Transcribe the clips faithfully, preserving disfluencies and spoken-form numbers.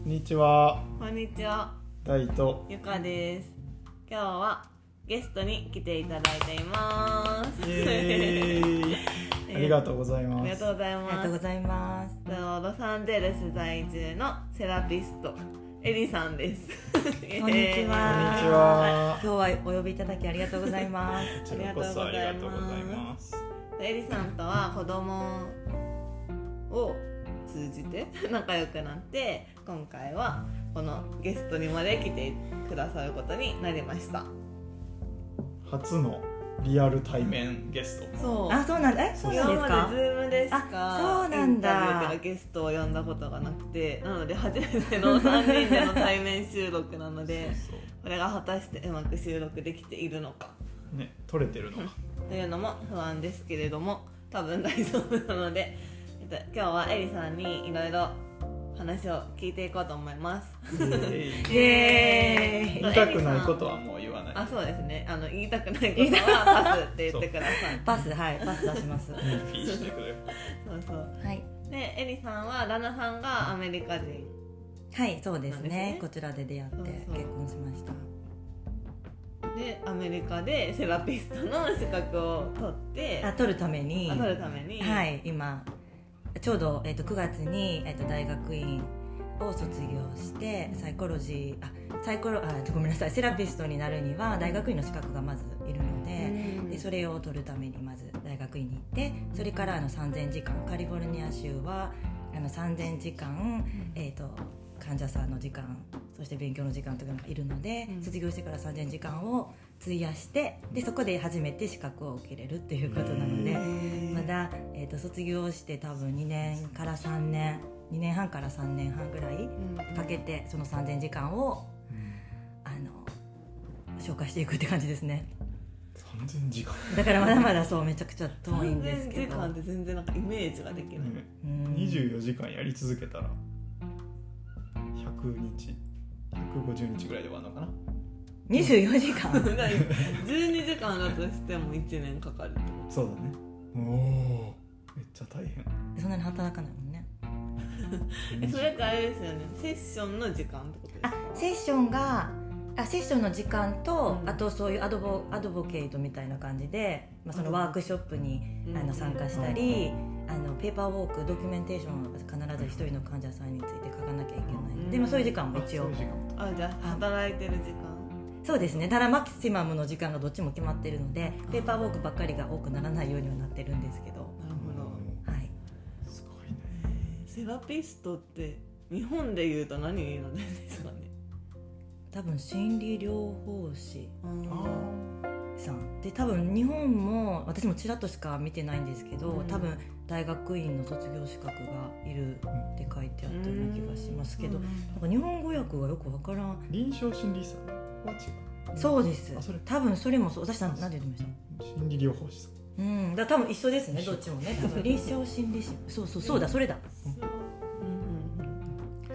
こんにちは。 こんにちは。 大とゆかです。今日はゲストに来ていただいています。 イエーイありがとうございます。 ありがとうございます。 ありがとうございます。 ロサンゼルス在住のセラピストエリさんです。 こんにちは。 こんにちは。 今日はお呼びいただきありがとうございます。 こちらこそありがとうございます。 エリさんとは子供を通じて仲良くなって、今回はこのゲストにまで来てくださることになりました。 初のリアル対面ゲスト。 そう。 あ、そうなんだ。え、そうなんですか。 今までズームでしかあ、そうなんだ。 インタビューとかゲストを呼んだことがなくて、なので初めてのさんにんでの対面収録なのでそうそうこれが果たしてうまく収録できているのかね、撮れてるのかというのも不安ですけれども、多分大丈夫なので、えっと、今日はエリさんにいろいろ話を聞いていこうと思います。 イエーイイエーイ。 言いたくないことはもう言わない。 あ、そうですね。あの言いたくないことはパスって言ってください。 パス、はい、パス出します。 ピーしてくれ。 そうそう。 はい。 で、エリさんは旦那さんがアメリカ人。 はい、そうですなんですね。 ねこちらで出会ってそうそう結婚しました。 でアメリカでセラピストの資格を取ってあ、取るために。 あ取るために、 はい、今ちょうどえっとくがつにえっと大学院を卒業してサイコロジーあサイコロあごめんなさいセラピストになるには大学院の資格がまずいるので、 うんでそれを取るためにまず大学院に行って、それからあのさんぜんじかんカリフォルニア州はあのさんぜんじかん、えー、と患者さんの時間、そして勉強の時間というのがいるので、 うん卒業してからさんぜんじかんを費やしてでそこで初めて資格を受けれるっていうことなので、まだ、えー、と卒業して多分にねんからさんねんにねんはんからさんねんはんぐらいかけてそのさんぜんじかんをあの消化していくって感じですね。 さんぜんじかんだからまだまだそうめちゃくちゃ遠いんですけど、 さんぜんじかんって全然なんかイメージができない、 ねうんにじゅうよじかんやり続けたらひゃくにちひゃくごじゅうにちぐらいで終わるのかな。 にじゅうよじかんじゅうにじかんだとしてもいちねんかかるってこそうだね。おおめっちゃ大変。 そんなに働かないもんね。 とえそれってあれですよね、セッションの時間ってことですか。 あセッションがあセッションの時間と、 うん、 あとそういうアドボ、アドボケイトみたいな感じで、まあ、そのワークショップに、 うん、 あの参加したり、うん、あのペーパーウォークドキュメンテーションを必ず一人の患者さんについて書かなきゃいけないので、 うん、 まあ、そういう時間も一応あじゃあ働いてる時間そうですね。ただマキシマムの時間がどっちも決まってるのでペーパーウォークばっかりが多くならないようにはなってるんですけど、 なるほど、 はい、 すごいね。 セラピストって日本でいうと何になるんですかね。 多分心理療法士あさんで、多分日本も私もちらっとしか見てないんですけど、 うん、 多分大学院の卒業資格がいるって書いてあったような気がしますけど、 うん、 なんか日本語訳がよくわからん。 臨床心理士さんは違う。 そうです。 あそれ多分それもそう。私なんて言ってました。 心理療法士さん。 うん、だから多分一緒ですね。どっちもね。多分臨床心理士。そうそうそうだ、それだ。 うんうんうん、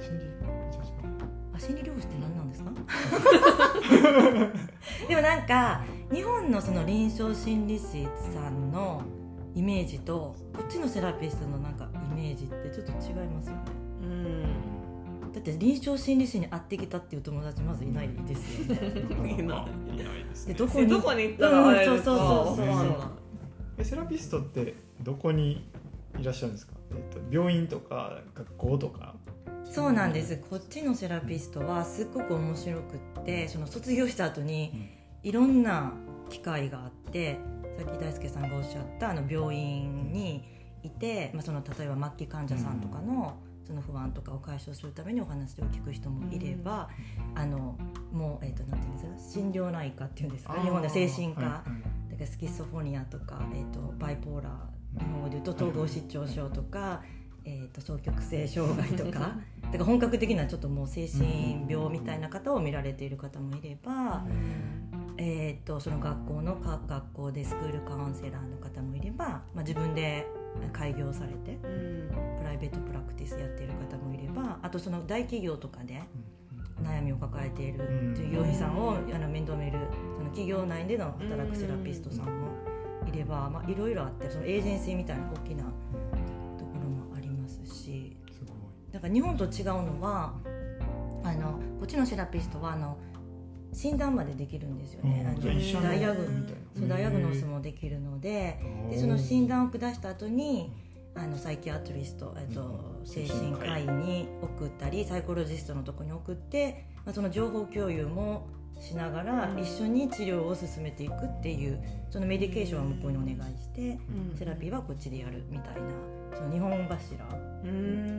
心理あ、心理療法士って何なんですか？でもなんか日本のその臨床心理士さんのイメージとこっちのセラピストのなんかイメージってちょっと違いますよね。 うん、 だって臨床心理士に会ってきたっていう友達まずいないですよね。 いないいないですね。 でどこにどこに行ったら会えるか、 うん、そうそうそうそう、 ねえセラピストってどこにいらっしゃるんですか？えっと病院とか学校とか。 そうなんです。こっちのセラピストはすっごく面白くって、その卒業した後にいろんな機会があって、さっき大輔さんがおっしゃったあの病院にいて、まあ、その例えば末期患者さんとかのその不安とかを解消するためにお話を聞く人もいれば、うん、あのもう、えーと、なんていうんですか、心療内科っていうんですか、日本で精神科、はいはい、だからスキストフォニアとか、えーと、バイポーラー、日本語で言うと統合失調症とか、えーと、双極性障害とかだから本格的なちょっともう精神病みたいな方を見られている方もいれば、えーと、その学校のか学校でスクールカウンセラーの方もいれば、まあ、自分で開業されて、うん、プライベートプラクティスやっている方もいれば、あとその大企業とかで悩みを抱えている従業員さんをあの面倒見るその企業内での働くセラピストさんもいれば、まあ、いろいろあって、そのエージェンシーみたいな大きなところもありますし、 すごい。 だから日本と違うのはあのこっちのセラピストはあの診断までできるんですよね、 うん、 あのじゃあ医者のダイアグみたいなそうダイアグノスもできるので、でその診断を下した後にあのサイキアトリスト、えっと、精神科医に送ったりサイコロジストのとこに送って、まあ、その情報共有もしながら一緒に治療を進めていくっていう、そのメディケーションは向こうにお願いして、 うん、 セラピーはこっちでやるみたいな、その日本柱、 うん、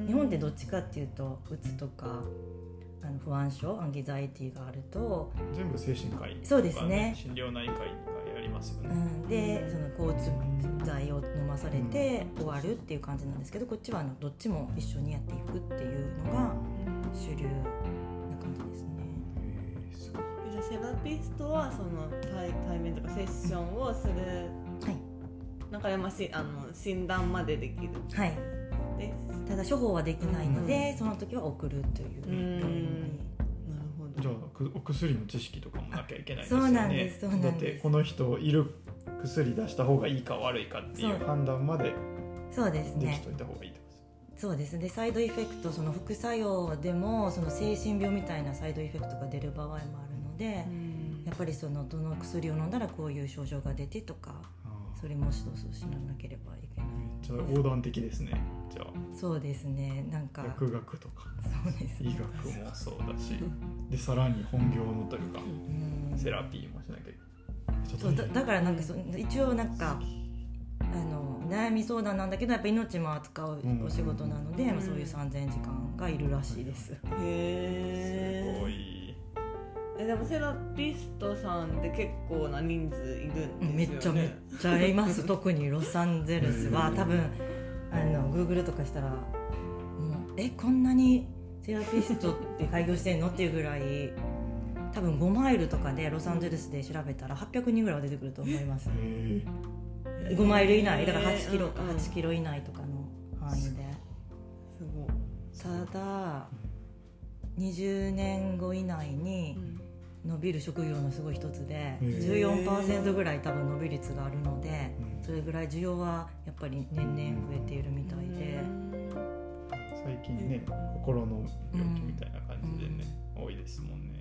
日本ってどっちかっていうとうつとかあの不安症アンギザイティがあると全部精神科医とか、ね、 そうですね、 心療内科医がやりますよね、 うん、でその抗うつ剤を飲まされて終わるっていう感じなんですけど、こっちはあのどっちも一緒にやっていくっていうのが主流な感じですね。 へーすごい。 じゃあセラピストはその 対, 対面とかセッションをする、 はい、 なんかましあの診断までできる、 はい、 でただ処方はできないので、うん、その時は送るという病院に。 なるほど。 じゃあお薬の知識とかもなきゃいけないですよね。 そうなんです、そうなんです。 だってこの人いる薬出した方がいいか悪いかっていう判断までそうですね。 できといた方がいいってことです。 そうですね。でサイドエフェクト、その副作用でもその精神病みたいなサイドエフェクトが出る場合もあるので、やっぱりそのどの薬を飲んだらこういう症状が出てとか、それも指導しなければいけない。 めっちゃ横断的ですね。じゃあそうですね。なんか薬学とかそうです、ね、 医学もそうだしでさらに本業のというか、うん、セラピーもしなきゃいけない。 そうだ, だからなんかそ一応なんかあの悩み相談なんだけどやっぱ命も扱うお仕事なので、うんまあ、そういうさんぜんじかんがいるらしいです。 へーすごい。 えでもセラピストさんって結構な人数いるんですよね。 めっちゃめっちゃいます特にロサンゼルスは多分あの Google とかしたらもうえこんなにセラピストって開業してんのっていうぐらい多分ごマイルとかでロサンゼルスで調べたらはっぴゃくにんぐらいは出てくると思います。ごマイル以内だからはちキロかはちキロ以内とかの範囲で。 すごい。 ただにじゅうねんご以内に伸びる職業のすごい一つで じゅうよんパーセント ぐらい多分伸び率があるので、それぐらい需要はやっぱり年々増えているみたいで、 最近ね心の病気みたいな感じでね、うん、多いですもんね。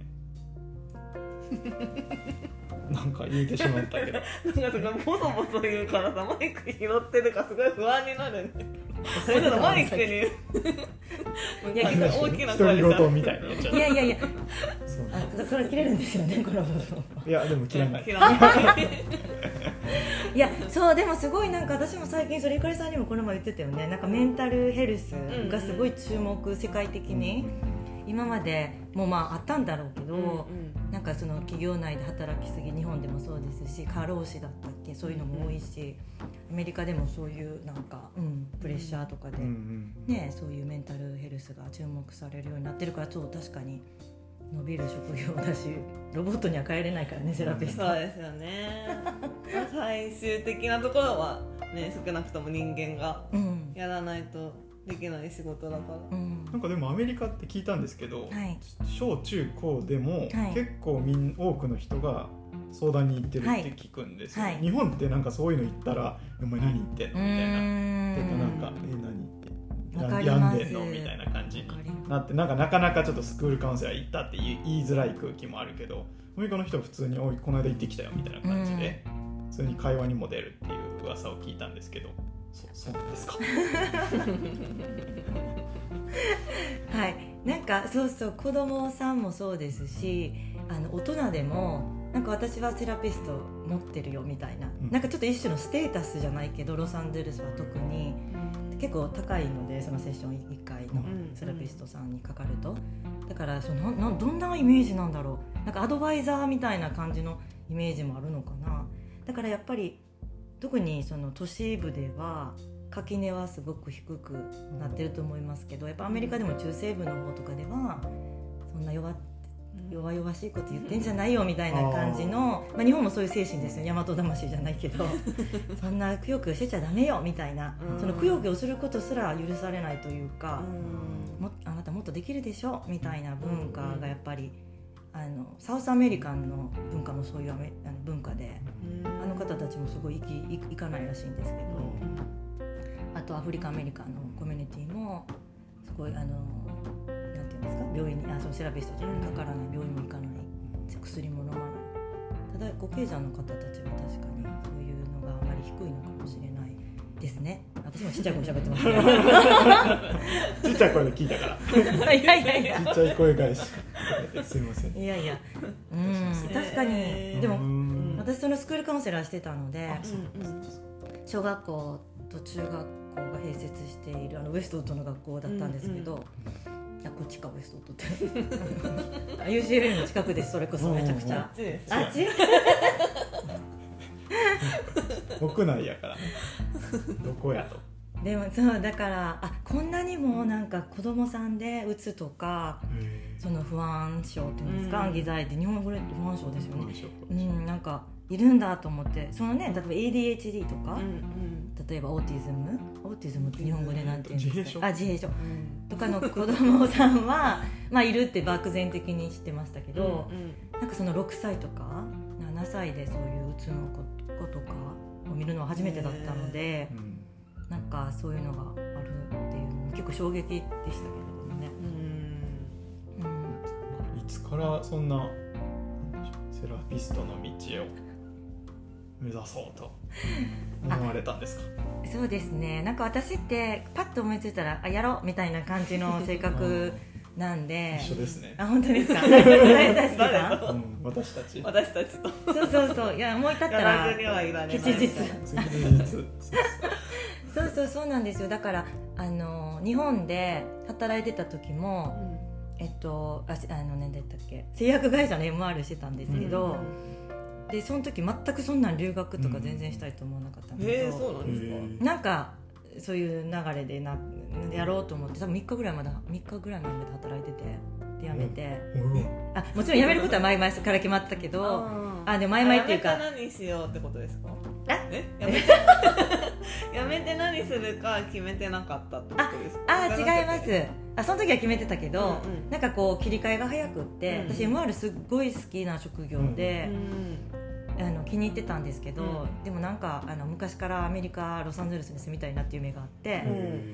なんか言うてしまったけどなんかすごいボソボソ言うからさマイク拾ってるかすごい不安になるね。もうちょっとマイクにいや大きな声で独り言みたいなやっちゃう。 いやいやいやあこれ切れるんですよねこの部分。 いやでも切らない。 切らないいやそうでもすごいなんか私も最近それゆかりさんにもこの前言ってたよね。なんかメンタルヘルスがすごい注目世界的に今までもまああったんだろうけど、うんうん、なんかその企業内で働きすぎ日本でもそうですし過労死だったっけそういうのも多いし、アメリカでもそういうなんか、うん、プレッシャーとかで、うんうんね、そういうメンタルヘルスが注目されるようになってるからそう確かに伸びる職業だしロボットには変えれないからねセラピスト。 そうですよね最終的なところは、ね、少なくとも人間がやらないとできない仕事だから、 うん、 なんかでもアメリカって聞いたんですけど、 はい、 小中高でも結構みん多くの人が相談に行ってるって聞くんですよ、はいはい、日本ってなんかそういうの言ったらお前何言ってんのみたいなてかなんかえ何って病んでんのみたいな感じになってなんかなかなかちょっとスクールカウンセラー行ったって言いづらい空気もあるけどアメリカの人は普通においこの間行ってきたよみたいな感じで普通に会話にも出るっていう噂を聞いたんですけどそ, そうなんですかはいなんかそうそう子供さんもそうですしあの大人でもなんか私はセラピスト持ってるよみたいな、うん、なんかちょっと一種のステータスじゃないけどロサンゼルスは特に、うん、結構高いのでそのセッションいっかいのセラピストさんにかかるとだからそのなどんなイメージなんだろうなんかアドバイザーみたいな感じのイメージもあるのかなだからやっぱり特にその都市部では垣根はすごく低くなってると思いますけどやっぱアメリカでも中西部の方とかではそんな弱弱々しいこと言ってんじゃないよみたいな感じのまあ、日本もそういう精神ですよ大和魂じゃないけどそんなくよくよしてちゃダメよみたいなそのくよくよすることすら許されないというかもあなたもっとできるでしょみたいな文化がやっぱりあのサウスアメリカンの文化もそういうあめあの文化であの方たちもすごい行き行かないらしいんですけどあとアフリカアメリカンのコミュニティもすごいあのなんていうんですか病院にあそのセラピストとかにかからない、病院も行かない、薬も飲まない。ただ固形者の方たちは確かにそういうのがあまり低いのかもしれないですね。私もちっちゃい声喋ってますねちっちゃい声で聞いたからいやいやいやちっちゃい声返しすいません。 いやいや、うん、確かに、えー、でも私そのスクールカウンセラーしてたので、小学校と中学校が併設しているあのウエストウッドの学校だったんですけど、うんうん、いやこっちかウエストウッドってユーシーエルエー の近くです。それこそめちゃくちゃあっちです。あっち屋内やからねどこやと。 でもそうだからあこんなにもなんか子供さんでうつとかその不安症っていうんですか、アンギザイティ、日本語で不安症ですよね、うん、なんかいるんだと思って。そのね、例えば エーディーエイチディー とか、うんうん、例えばオーティズムオーティズムって日本語でなんて言うんですか、あ自閉症、うん、とかの子供さんはまあいるって漠然的に知ってましたけど、うんうん、なんかそのろくさいとかななさいでそういううつの子とかを見るのは初めてだったので、うん、なんかそういうのがあるっていうの結構衝撃でしたけれどもね。 うん、いつからそんなセラピストの道を目指そうと思われたんですか？ そうですね、なんか私ってパッと思いついたらあやろうみたいな感じの性格なんで一緒ですね。 あ本当ですか？誰大好きさん、 うん、私たち私たちとそうそうそう、いや思い立ったら吉日そうそうそうなんですよ。だからあの日本で働いてた時も、うん、えっとああの何だったっけ製薬会社の エムアール してたんですけど、うん、でその時全くそんなん留学とか全然したいと思わなかったんだけど、うん、 そうなんですか？ なんかそういう流れでなやろうと思って多分みっかぐらいまでみっかぐらいまで働いててで辞めて、うん、あもちろん辞めることは前々から決まったけどあでも前々っていうか辞めて何しようってことですか？え辞めて辞めて何するか決めてなかったってことですか？ ああ違います。あその時は決めてたけど、うんうん、なんかこう切り替えが早くって、うん、私 エムアール すっごい好きな職業で、うんうん、あの気に入ってたんですけど、うん、でもなんかあの昔からアメリカロサンゼルスに住みたいなっていう夢があって、うん、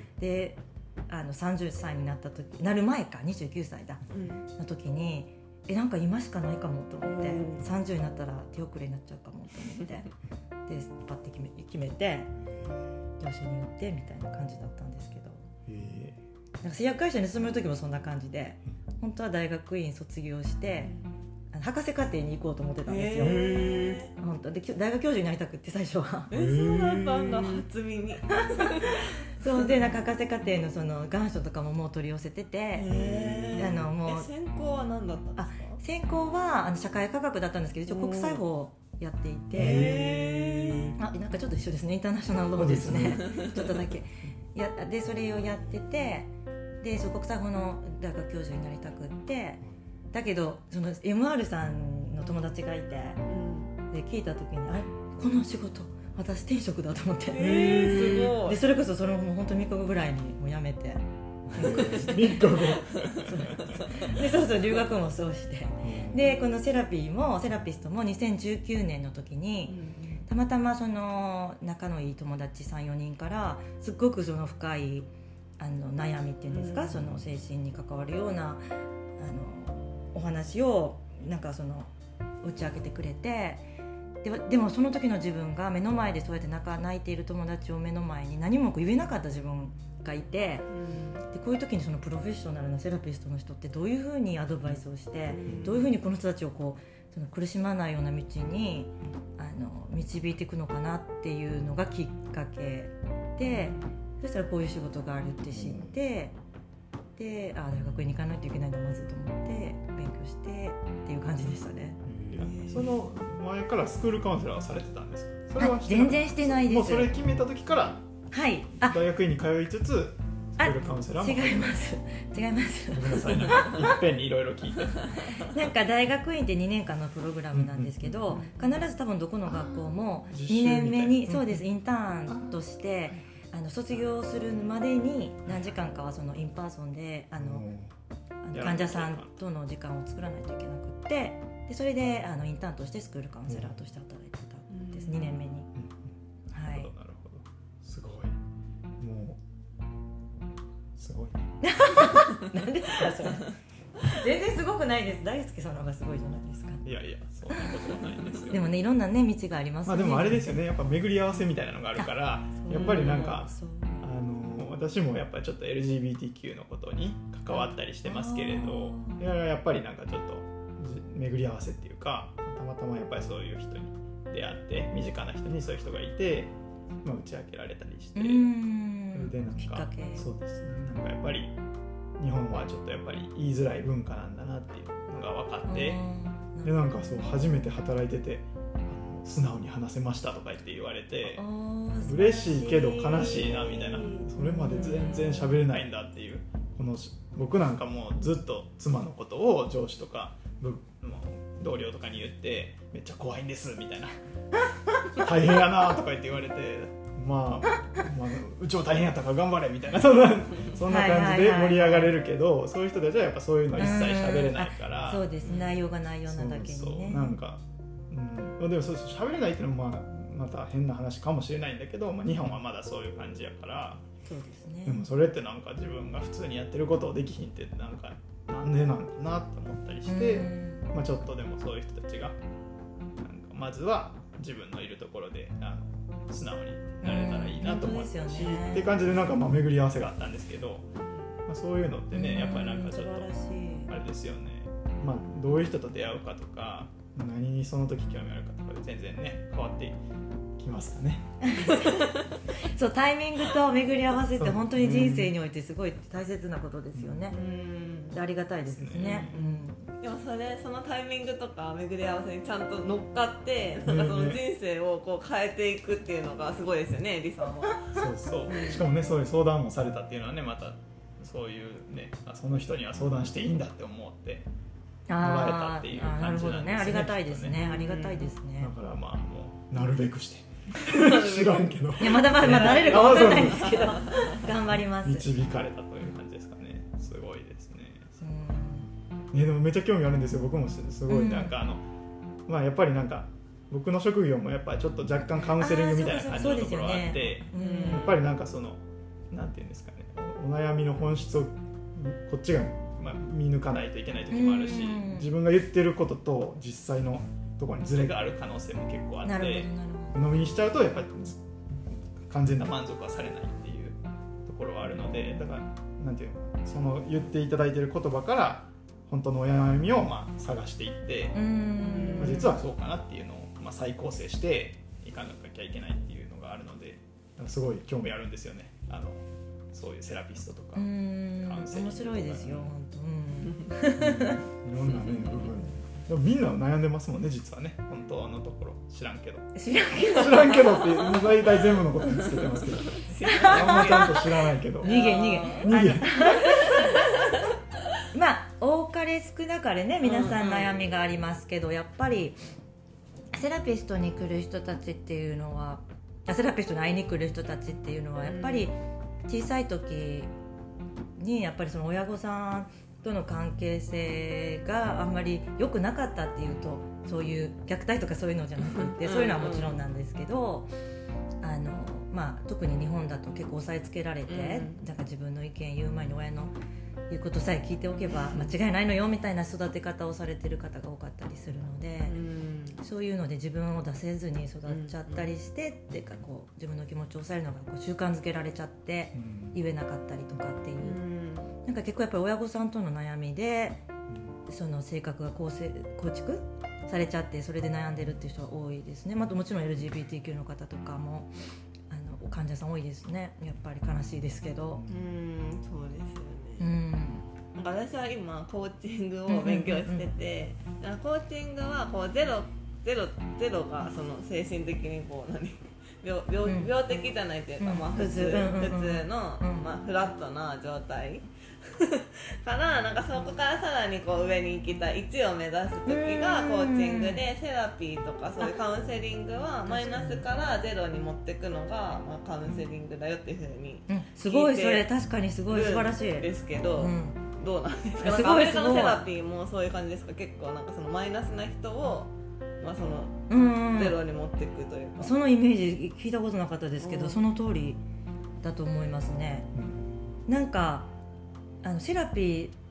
であのさんじゅっさいになった時なる前かにじゅうきゅうさいだ、うん、の時にえなんか今しかないかもと思って、うん、さんじゅうになったら手遅れになっちゃうかもと思ってでパッて決め、決めて上司に言ってみたいな感じだったんですけど、えー、なんか製薬会社に勤める時もそんな感じで本当は大学院卒業して博士課程に行こうと思ってたんですよ、えー、本当で大学教授になりたくって最初はえー、そうだったんだ初耳そうでなんか博士課程のその願書とかももう取り寄せてて、 えー、あのもう専攻は何だったんですか？ 専攻はあの社会科学だったんですけど一応国際法やっていて、えー、あなんかちょっと一緒ですね、インターナショナルローですねちょっとだけやでそれをやっててでそう国際法の大学教授になりたくってだけどその エムアール さんの友達がいて、うん、で聞いた時にあれこの仕事私転職だと思って、 えー、すごいでそれこそそのもう本当みっかごぐらいにもう辞めてみっかごでそうそう留学もそうしてでこのセラピーもセラピストもにせんじゅうきゅうねんの時に、うん、たまたまその仲のいい友達 さんよにんからすっごくその深いあの悩みっていうんですか、うん、その精神に関わるようなあのお話をなんかその打ち明けてくれてで, でもその時の自分が目の前でそうやって泣いている友達を目の前に何も言えなかった自分がいて、うん、でこういう時にそのプロフェッショナルなセラピストの人ってどういうふうにアドバイスをして、うん、どういうふうにこの人たちをこうその苦しまないような道にあの導いていくのかなっていうのがきっかけでそしたらこういう仕事があるって知ってであ大学に行かないといけないんだまずと思って勉強してっていう感じでしたね。 その前からスクールカウンセラーはされてたんですか？それは全然してないです。 もうそれ決めた時からはい大学院に通いつつスクールカウンセラーも違います違いますごめんなさいなんかいっぺんにいろいろ聞いてなんか大学院ってにねんかんのプログラムなんですけど、うんうん、必ず多分どこの学校もにねんめにそうですインターンとしてあの卒業するまでに何時間かはそのインパーソンであの、あの患者さんとの時間を作らないといけなくってでそれであのインターンとしてスクールカウンセラーとして働いてたんです、うん、にねんめに、 うん、はい、なるほどなるほどすごいもうすごい何ですかそれ全然すごくないです。大輔さんの方がすごいじゃないですか。 いやいや、そんなことはないんですよ。 でもね、いろんなね道がありますね。 まあでもあれですよね、やっぱ巡り合わせみたいなのがあるから、やっぱりなんかあの私もやっぱりちょっと エルジービーティーキュー のことに関わったりしてますけれど、いややっぱりなんかちょっと巡り合わせっていうか、たまたまやっぱりそういう人に出会って身近な人にそういう人がいて、まあ、打ち明けられたりして、うんでなんかきっかけそうですね、なんかやっぱり日本はちょっとやっぱり言いづらい文化なんだなっていうのが分かって、でなんかそう初めて働いててあの素直に話せましたとか言って言われて、嬉しいけど悲しいなみたいな、それまで全然喋れないんだっていう、この僕なんかもうずっと妻のことを上司とか同僚とかに言ってめっちゃ怖いんですみたいな大変やなとか言って言われて、まあ、まあ、うちも大変やったから頑張れみたいなそんな、そんな感じで盛り上がれるけど、そういう人たちはやっぱそういうの一切喋れないから、 そうです、内容が内容なだけにね、 そうそうなんか、うん、でもそうそう喋れないっていうのは、まあ、また変な話かもしれないんだけど、まあ、日本はまだそういう感じやから、 そうですね、 でもそれってなんか自分が普通にやってることをできひんってなんかなんでなんかなって思ったりして、まあ、ちょっとでもそういう人たちがなんかまずは自分のいるところであの素直になれたらいいなと思ったし、ね、って感じでなんかまあ巡り合わせがあったんですけど、まあ、そういうのってねやっぱりなんかちょっとあれですよね、まあ、どういう人と出会うかとか何にその時興味あるかとかで全然ね変わってきますかねそうタイミングと巡り合わせって本当に人生においてすごい大切なことですよね。うん、ありがたいですね。うん、 でもそれそのタイミングとか巡り合わせにちゃんと乗っかってなんかその人生をこう変えていくっていうのがすごいですよね、リさんは。 そうそう、しかもねそういう相談もされたっていうのはねまたそういうねその人には相談していいんだって思ってもらえたっていう感じなんですね。 あ、ありがたいですね。ありがたいですね。 だからまあもうなるべくして知らんけどいやまだまだなれるか分からないんですけど頑張ります。 導かれたという感じですかね。すごいですね。うん、ねでもめっちゃ興味あるんですよ。僕もすごいなんかあの、うん、まあやっぱりなんか僕の職業もやっぱりちょっと若干カウンセリングみたいな感じのところがあって、やっぱりなんかそのなんていうんですかね、お悩みの本質をこっちがまあ見抜かないといけない時もあるし、自分が言ってることと実際のところにズレがある可能性も結構あって、鵜呑みにしちゃうとやっぱり完全な満足はされないっていうところはあるので、だからなんていうの、その言っていただいている言葉から本当のお悩みをまあ探していって、まあ、実はそうかなっていうのをまあ再構成していかなきゃいけないっていうのがあるので、すごい興味あるんですよね。あのそういうセラピストとかカウンセリングとか、ね、面白いですよ本当、うん、いろんなね部分でもみんな悩んでますもんね実はね、本当のところ知らんけど知らんけど知らんけどって大体全部のことにつけてますけどあんまちゃんと知らないけど逃げ逃げ逃げまあ多かれ少なかれね皆さん悩みがありますけど、やっぱりセラピストに来る人たちっていうのはセラピストに会いに来る人たちっていうのはやっぱり小さい時にやっぱりその親御さんとの関係性があんまり良くなかったっていうとそういう虐待とかそういうのじゃなくてそういうのはもちろんなんですけど、あの、まあ、特に日本だと結構押さえつけられて、だから自分の意見言う前に親の言うことさえ聞いておけば間違いないのよみたいな育て方をされてる方が多かったりするので、そういうので自分を出せずに育っちゃったりしてっていうかこう自分の気持ちを抑えるのがこう習慣づけられちゃって言えなかったりとかっていう、なんか結構やっぱり親御さんとの悩みでその性格が構成構築されちゃってそれで悩んでるっていう人が多いですね。まあ、もちろん エルジービーティーキュー の方とかもあの患者さん多いですね。やっぱり悲しいですけど、 うん、そうですよね。 うん、 なんか私は今コーチングを勉強してて、うんうんうん、コーチングはこうゼロゼロゼロがその精神的にこう何 病, 病, 病的じゃないというか、うん、まあ、普通、うんうん、普通の、うんまあ、フラットな状態からなんかそこからさらにこう上に行きたいいちを目指す時がコーチングで、セラピーとかそういうカウンセリングはマイナスからゼロに持っていくのが、まあ、カウンセリングだよっていうふうに聞いて、うん、 すごいそれ確かにすごい素晴らしいですけど、うん、どうなんですか。 すごいアメリカのセラピーもそういう感じですか。結構なんかそのマイナスな人をまあ、そのゼロに持っていくというか、 そのイメージ聞いたことなかったですけど、その通りだと思いますね。なんかあのセラピーっ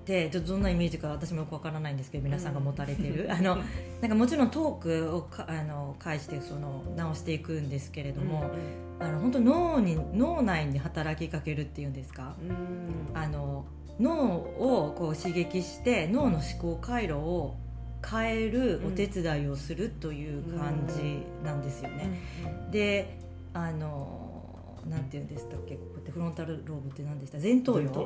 ってどんなイメージか私もよくわからないんですけど、皆さんが持たれてる、うん、あのなんかもちろんトークをかあの介してその直していくんですけれども、うん、あの本当脳に脳内に働きかけるっていうんですか、うん、あの脳をこう刺激して脳の思考回路を変えるお手伝いをするという感じなんですよね、うん、であのなんていうんでしたっけ、こうやってフロンタルローブって何でした、前頭葉、うん、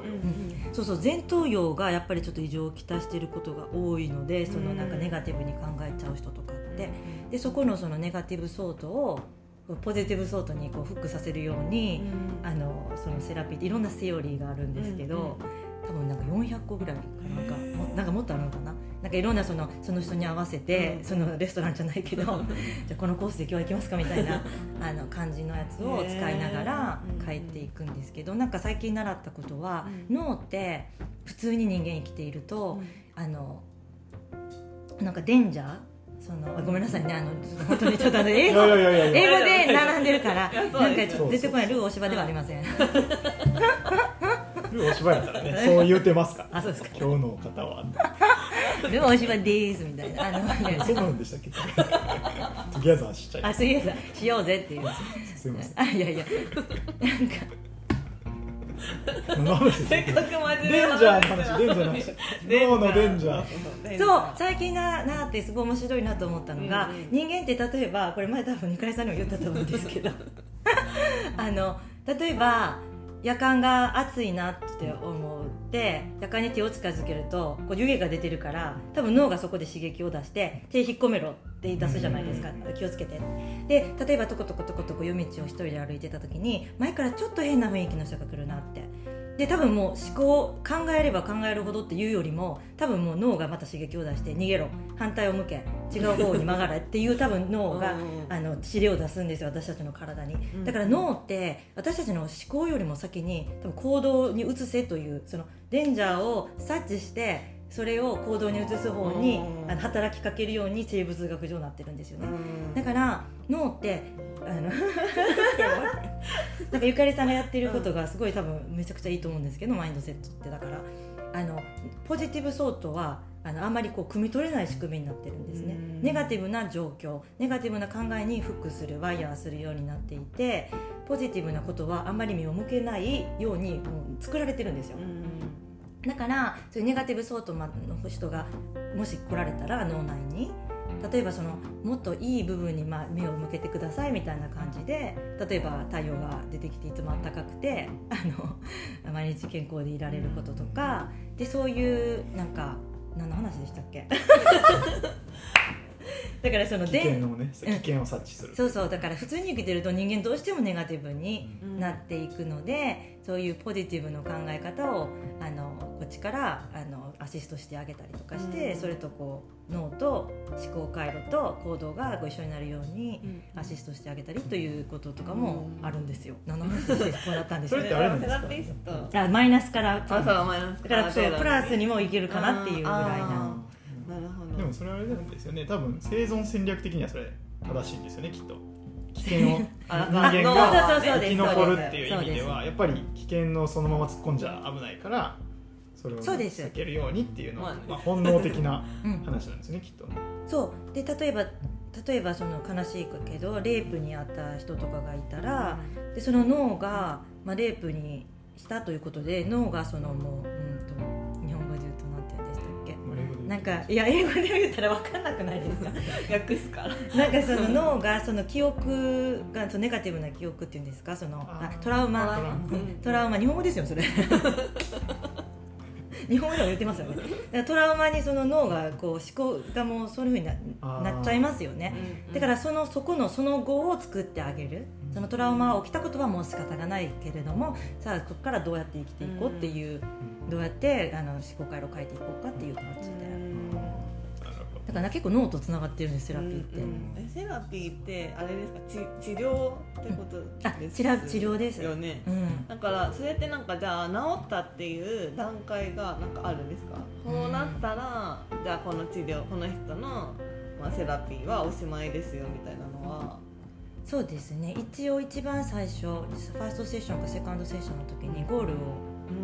そうそう、前頭葉がやっぱりちょっと異常をきたしていることが多いので、そのなんかネガティブに考えちゃう人とかって、でそこのそのネガティブソートをポジティブソートにこうフックさせるように、あのそのセラピーっていろんなセオリーがあるんですけど、多分なんかよんひゃっこぐらいかなんかもなんかもっとあるのかな、なんかいろんなそのその人に合わせて、そのレストランじゃないけどじゃあこのコースで今日は行きますかみたいなあの感じのやつを使いながら変えていくんですけど、なんか最近習ったことは、脳って普通に人間生きていると、あのなんかデンジャーそのごめんなさいね、あの本当にちょっとあの英語英語で並んでるからなんか出てこないルー大芝ではありません。 ルー大芝やったらね、そう言うてますから。 あ、そうですか。 今日の方はルー大芝ですみたいな、あのそうなんでしたっけ？トゥギャザーしちゃい。 あ、トゥギャザーしようぜっていう。 すいません。 あ、いやいや、なんか。 せっかく真面目デンジャーの話、デンジャーの話、脳のデンジャー。 そう、最近ななってすごい面白いなと思ったのが、うんうん、人間って例えばこれ前多分ニカリさんにも言ったと思うんですけどあの例えば夜間が暑いなって思って夜間に手を近づけるとこう湯気が出てるから、多分脳がそこで刺激を出して手引っ込めろって言い出すじゃないですか、うん、気をつけて。で例えばトコトコトコトコ夜道を一人で歩いてた時に前からちょっと変な雰囲気の人が来るなって、で多分もう思考考えれば考えるほどっていうよりも、多分もう脳がまた刺激を出して逃げろ、反対を向け、違う方に曲がれっていう多分脳があの指令を出すんですよ、私たちの体に。だから脳って私たちの思考よりも先に多分行動に移せという、そのデンジャーを察知してそれを行動に移す方にあの働きかけるように生物学上なってるんですよね。だから脳ってあのなんかゆかりさんがやってることがすごい多分めちゃくちゃいいと思うんですけど、マインドセットってだからあのポジティブソートはあのあんまりこう汲み取れない仕組みになってるんですね。ネガティブな状況、ネガティブな考えにフックする、ワイヤーするようになっていて、ポジティブなことはあんまり目を向けないようにもう作られてるんですよ。だからそういうネガティブソートの人がもし来られたら脳内に、例えばそのもっといい部分にまあ目を向けてくださいみたいな感じで、例えば太陽が出てきていつも暖かくてあの毎日健康でいられることとかで、そういうなんか何の話でしたっけだからその危険をね、危険を察知する、 うん、そうそう、だから普通に生きてると人間どうしてもネガティブになっていくので、うん、そういうポジティブの考え方をあのこっちからあのアシストしてあげたりとかして、うん、それとこう脳と思考回路と行動がご一緒になるようにアシストしてあげたりということとかもあるんですよ。何の話でこうなったんでしょうね。 それってあるんですか？ セラピスト、 あ、マイナスからあ、そうマイナスからだからそうプラスにもいけるかなっていうぐらいな。 なるほど。 でもそれはあれなんですよね、多分生存戦略的にはそれ正しいんですよね、きっと。危険を人間が生き残るっていう意味ではやっぱり危険のそのまま突っ込んじゃ危ないから、それを避けるようにっていうのは、まあ、本能的な話なんですね、うん、きっと。 そうで、例えば例えばその悲しいけどレイプに遭った人とかがいたら、でその脳が、まあ、レイプにしたということで脳がそのもう、うんと日本語で言うとなんて言うんでしたっけ、なんかいや英語で言ったら分かんなくないですか訳すからなんかその脳がその記憶がそのネガティブな記憶っていうんですか、そのあトラウマトラウマ、トラウマ日本語ですよそれ日本語でも言ってますよね。だからトラウマにその脳がこう思考がもうそういう風に な, なっちゃいますよね、うんうん、だからそのそこのその後を作ってあげる、そのトラウマが起きたことはもう仕方がないけれども、さあここからどうやって生きていこうっていう、うん、どうやってあの思考回路を変えていこうかっていう感じで、だから結構脳とつながってるんです、セラピーって、うんうん、 えセラピーってあれですか、ち治療ってことですよね、うん、あ治療ですよね、うん、だからそれってなんかじゃあ治ったっていう段階がなんかあるんですか、こうなったら、うん、じゃあこの治療この人の、まあ、セラピーはおしまいですよみたいなのは。 そうですね、一応一番最初ファーストセッションかセカンドセッションの時にゴールを、うん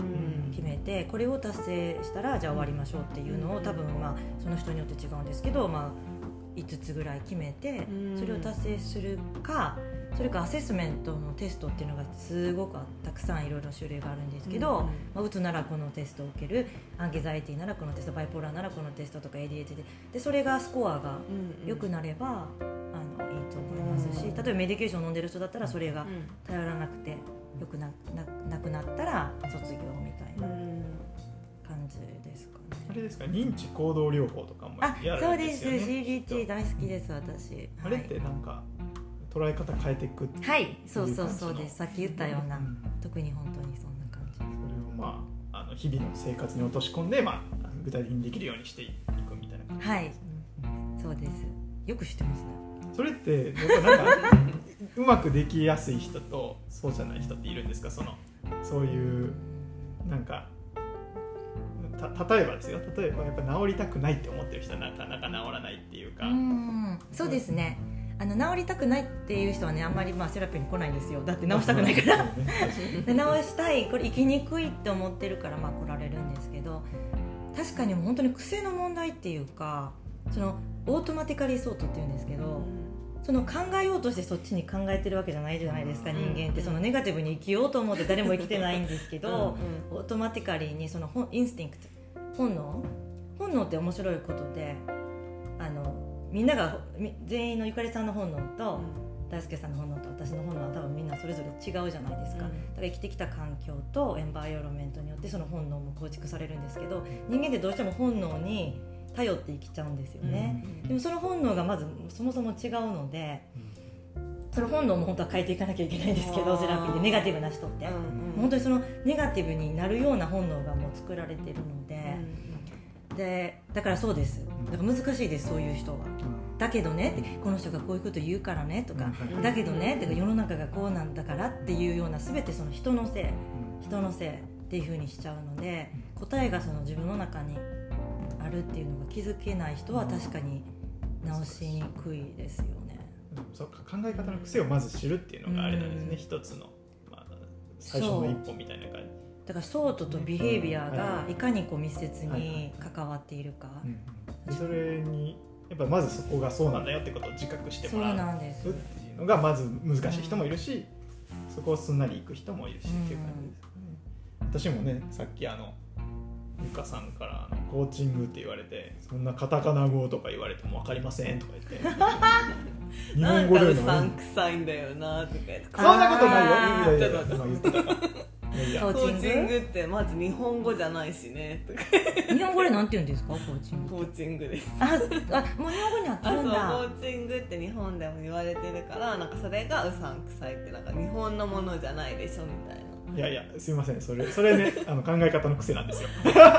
決めて、これを達成したらじゃあ終わりましょうっていうのを多分まあその人によって違うんですけど、まあ、いつつぐらい決めてそれを達成するか、それかアセスメントのテストっていうのがすごくたくさんいろいろ種類があるんですけど、うんうんまあ、うつならこのテストを受ける、アンケザイティならこのテスト、バイポーラーならこのテストとか エーディーエイチディー で、でそれがスコアが良くなれば、うんうん、あのいいと思いますし、例えばメディケーションを飲んでる人だったらそれが頼らなくて良く な, な, なくなったら卒業みたいな感じですかね。 あれですか、認知行動療法とかもやるんですよね。 あ、そうです。 シービーティー 大好きです私。 あれってなんか捉え方変えていくっていう、 はい、そうそうそうです。さっき言ったような、うん、特に本当にそんな感じ。それをまあ、あの日々の生活に落とし込んで、まあ、具体的にできるようにしていくみたいな感じですね。 はい、そうです。よく知ってますね。 それってなんかうまくできやすい人とそうじゃない人っているんですか？そのそういうなんかた例えばですよ、例えばやっぱ治りたくないって思ってる人はなかなか治らないっていうか、うーん、そうですね。あの治りたくないっていう人はね、あんまりまあセラピーに来ないんですよ。だって治したくないから治したい、これ生きにくいって思ってるからまあ来られるんですけど、確かにもう本当に癖の問題っていうか、そのオートマティカリーソートっていうんですけど、その考えようとしてそっちに考えてるわけじゃないじゃないですか。人間ってそのネガティブに生きようと思って誰も生きてないんですけどオートマティカリーにそのインスティンクト、本能本能って面白いことで、あのみんなが全員のゆかりさんの本能と、うん、大輔さんの本能と私の本能は多分みんなそれぞれ違うじゃないですか、うん、だから生きてきた環境とエンバイオロメントによってその本能も構築されるんですけど、人間ってどうしても本能に頼って生きちゃうんですよね、うん、でもその本能がまずそもそも違うので、うん、その本能も本当は変えていかなきゃいけないんですけど、セラピーでネガティブな人って、うんうん、本当にそのネガティブになるような本能がもう作られているので、うん、でだからそうです。だから難しいです、そういう人は。だけどねって、この人がこういうこと言うからねとか、うん、だけどねって、世の中がこうなんだからっていうような、全てその人のせい、人のせいっていう風にしちゃうので、答えがその自分の中にあるっていうのが気づけない人は確かに直しにくいですよね。 そうか、考え方の癖をまず知るっていうのがあれなんですね、うん、一つの、まあ、最初の一歩みたいな感じだから、ソートとビヘイビアがいかにこう密接に関わっているか、 でそれにやっぱまずそこがそうなんだよってことを自覚してもらうっていうのがまず難しい人もいるし、うん、そこをすんなりいく人もいるし、うん、っていう感じですよね。私もね、さっきあのゆかさんからあのコーチングって言われて、そんなカタカナ語とか言われても分かりませんとか言って日本語でうさんくさいんだよなとか言って、 そんなことないよ、いやいやいや言ってたからいやコーチングってまず日本語じゃないしねとか日本語でなんて言うんですか？コーチング。 コーチングです。 ああ、もう日本語になってるんだ。 あ、そう、コーチングって日本でも言われてるから、なんかそれがうさんくさいって、なんか日本のものじゃないでしょみたいな。 いやいや、すいません、それそれねあの考え方の癖なんですよ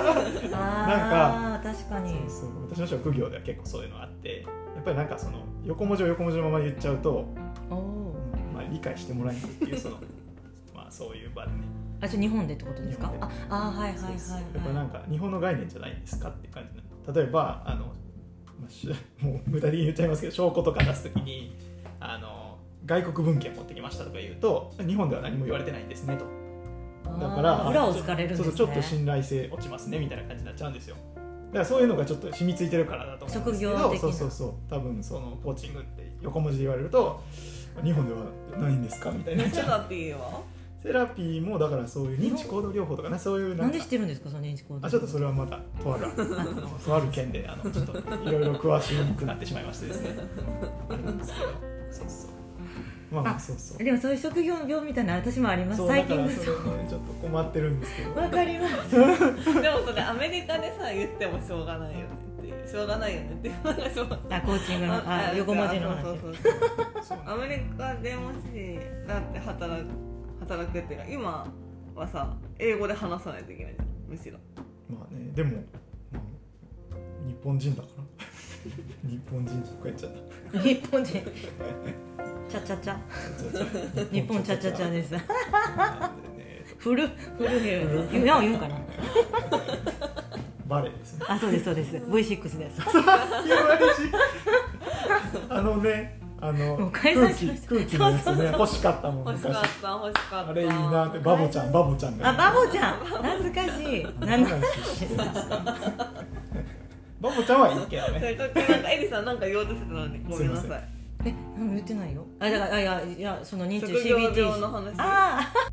なんか確かにそうそう、私の職業では結構そういうのがあって、やっぱりなんかその横文字を横文字のまま言っちゃうと、まあ、理解してもらえないっていうそのまあそういう場でね。 あ、じゃあ日本でってことですか？ああ、はいはいはい、はい、 そうそう、やっぱなんか日本の概念じゃないんですかって感じな。例えばあの、まあ、もう無駄に言っちゃいますけど、証拠とか出すときにあの外国文献持ってきましたとか言うと、日本では何も言われてないんですねと。だから裏を突かれるんですね。 そうそう、ちょっと信頼性落ちますねみたいな感じになっちゃうんですよ。だからそういうのがちょっと染みついてるからだと思うんですけど、 職業的な。 そうそうそう、多分そのコーチングって横文字で言われると、日本ではないんですかみたいな。 セラピーは？ セラピーもだからそういう認知行動療法とかね、そういうなんか。 なんで知ってるんですか、その認知行動？ あ、ちょっとそれはまたとあるとある件で、あのちょっといろいろ詳しくなってしまいましてですね。あれなんですけど、そうそう。まあ、まあそうそう。 でもそういう職業病みたいな私もあります。最近です。そうだからそれね、ちょっと困ってるんですけど。 わかります。 でもそれアメリカでさ言ってもしょうがないよねっていう、しょうがないよねっていう話を。 あ、コーチングのあ横文字の話。 そうそうそう。アメリカでもしだって働く働くっていうか、今はさ英語で話さないといけないじゃん、むしろ。 まあね、でも、まあ、日本人だから日本人とか言っちゃった。 日本人。チャチャチャ。日本チャチャチャです。フルフルヘル。今は言うかな。 バレーですね。 あ、そうですそうです。ブイシックス です。 あのね、 あの空気空気のやつね欲しかったもん。 欲しかった欲しかった。 あれいいなって。バボちゃんバボちゃんが、 あバボちゃん懐かしい。何の話バボちゃんはいいけどね。 なんかエリさんなんか言おうとしてたのにごめんなさい。 え何も言ってないよ。あだからあいやいやその認知シービーティー の話。 あ